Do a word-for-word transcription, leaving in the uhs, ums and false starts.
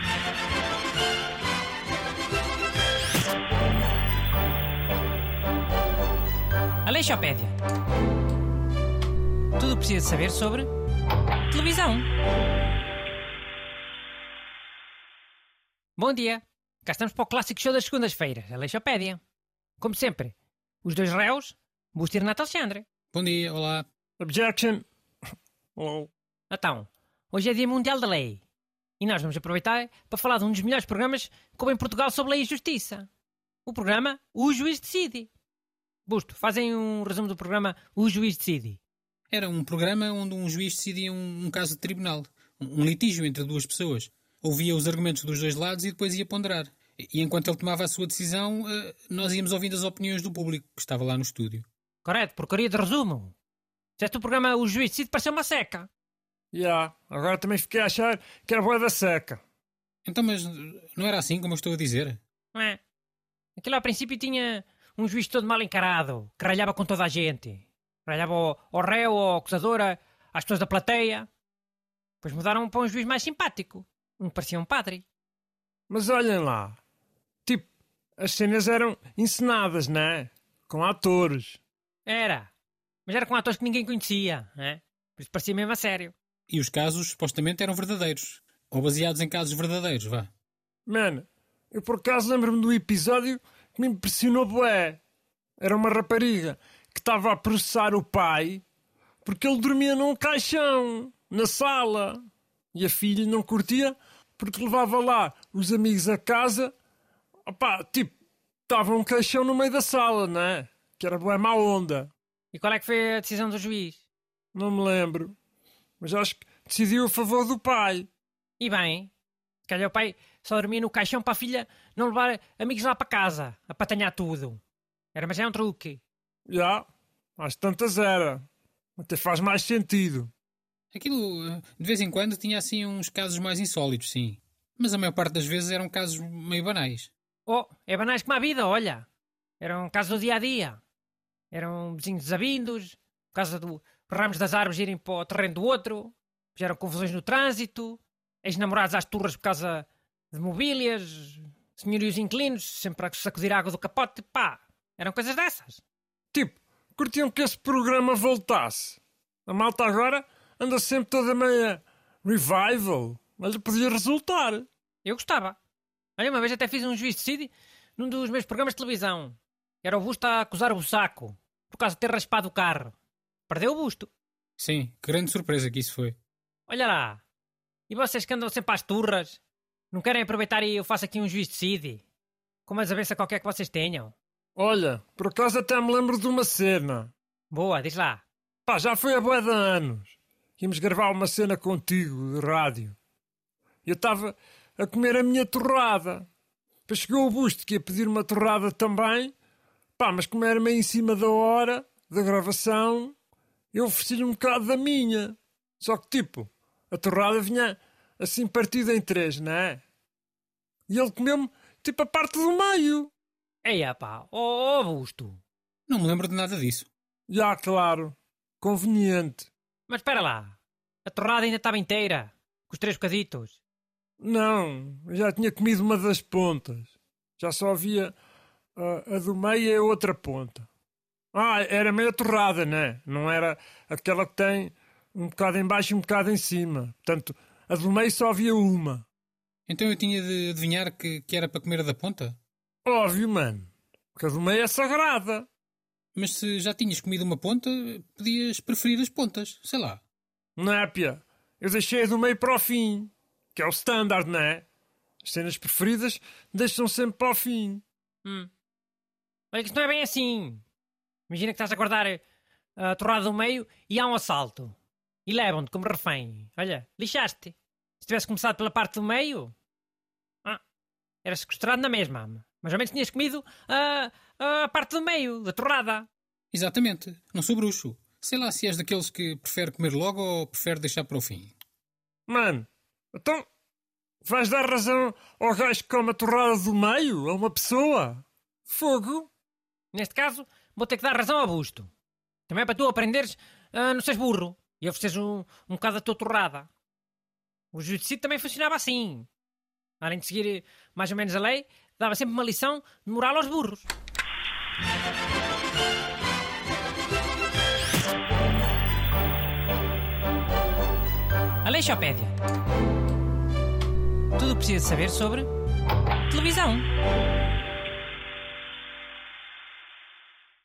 Aleixopédia. Tudo o que precisa saber sobre televisão. Bom dia. Cá estamos para o clássico show das segundas-feiras, Aleixopédia. Como sempre, os dois réus, Busto e Renato Alexandre. Bom dia, olá. Objection. Oh. Então, hoje é Dia Mundial da Lei. E nós vamos aproveitar para falar de um dos melhores programas que houve em Portugal sobre lei e justiça. O programa O Juiz Decide. Busto, fazem um resumo do programa O Juiz Decide. Era um programa onde um juiz decidia um, um caso de tribunal. Um, um litígio entre duas pessoas. Ouvia os argumentos dos dois lados e depois ia ponderar. E enquanto ele tomava a sua decisão, nós íamos ouvindo as opiniões do público que estava lá no estúdio. Correto, porcaria de resumo. Fizeste o programa O Juiz Decide, pareceu uma seca. Já, yeah, agora também fiquei a achar que era boa da seca. Então, mas não era assim como eu estou a dizer? Não é? Aquilo ao princípio tinha um juiz todo mal encarado, que ralhava com toda a gente. Ralhava ao, ao réu, ao acusador, às pessoas da plateia. Depois mudaram para um juiz mais simpático. Um que parecia um padre. Mas olhem lá. Tipo, as cenas eram encenadas, não é? Com atores. Era. Mas era com atores que ninguém conhecia, não é? Por isso parecia mesmo a sério. E os casos, supostamente, eram verdadeiros. Ou baseados em casos verdadeiros, vá. Mano, eu por acaso lembro-me do episódio que me impressionou bué. Era uma rapariga que estava a processar o pai porque ele dormia num caixão, na sala. E a filha não curtia porque levava lá os amigos a casa. Opá, tipo, estava um caixão no meio da sala, não é? Que era bué má onda. E qual é que foi a decisão do juiz? Não me lembro. Mas acho que decidiu a favor do pai. E bem, se calhar o pai só dormia no caixão para a filha não levar amigos lá para casa, a patanhar tudo. Era, mas é um truque. Já, às tantas era. Até faz mais sentido. Aquilo, de vez em quando, tinha assim uns casos mais insólitos, sim. Mas a maior parte das vezes eram casos meio banais. Oh, é banais como a vida, olha. Era um caso do dia-a-dia. Eram vizinhos desavindos, por causa dos ramos das árvores irem para o terreno do outro, fizeram confusões no trânsito, ex-namorados às turras por causa de mobílias, senhorios inquilinos, sempre a sacudir a água do capote, pá, eram coisas dessas. Tipo, curtiam que esse programa voltasse. A malta agora anda sempre toda meia revival, mas podia resultar. Eu gostava. Olha, uma vez até fiz um juiz decide num dos meus programas de televisão. Era o Busto a acusar o Bussaco por causa de ter raspado o carro. Perdeu o Busto. Sim, que grande surpresa que isso foi. Olha lá. E vocês que andam sempre às turras? Não querem aproveitar e eu faço aqui um juiz decide? Com uma desavença qualquer que vocês tenham. Olha, por acaso até me lembro de uma cena. Boa, diz lá. Pá, já foi há bué de anos. Íamos gravar uma cena contigo, de rádio. Eu estava a comer a minha torrada. Depois chegou o Busto que ia pedir uma torrada também. Pá, mas como era meio em cima da hora da gravação, eu ofereci-lhe um bocado da minha. Só que, tipo, a torrada vinha assim partida em três, não é? E ele comeu-me, tipo, a parte do meio. Eia pá, ó oh, Busto. Não me lembro de nada disso. Já, claro. Conveniente. Mas espera lá. A torrada ainda estava inteira, com os três bocaditos. Não, eu já tinha comido uma das pontas. Já só havia a, a do meio e a outra ponta. Ah, era meia torrada, né? Não era aquela que tem um bocado em baixo e um bocado em cima. Portanto, a do meio só havia uma. Então eu tinha de adivinhar que, que era para comer a da ponta? Óbvio, mano. Porque a do meio é sagrada. Mas se já tinhas comido uma ponta, podias preferir as pontas, sei lá. Não é, pia? Eu deixei a do meio para o fim. Que é o standard, não é? As cenas preferidas deixam sempre para o fim. Hum. Olha que isto não é bem assim. Imagina que estás a guardar a torrada do meio e há um assalto. E levam-te como refém. Olha, lixaste. Se tivesse começado pela parte do meio... Ah, era sequestrado na mesma. Mas ao menos tinhas comido a, a parte do meio, da torrada. Exatamente. Não sou bruxo. Sei lá se és daqueles que prefere comer logo ou prefere deixar para o fim. Mano, então vais dar razão ao gajo que come a torrada do meio? A uma pessoa? Fogo? Neste caso, vou ter que dar razão ao Busto. Também é para tu aprenderes a não seres burro e ofereceres um, um bocado da tua torrada. O juiz também funcionava assim. Além de seguir mais ou menos a lei, dava sempre uma lição de moral aos burros. Aleixopédia. Tudo o que precisa saber sobre televisão.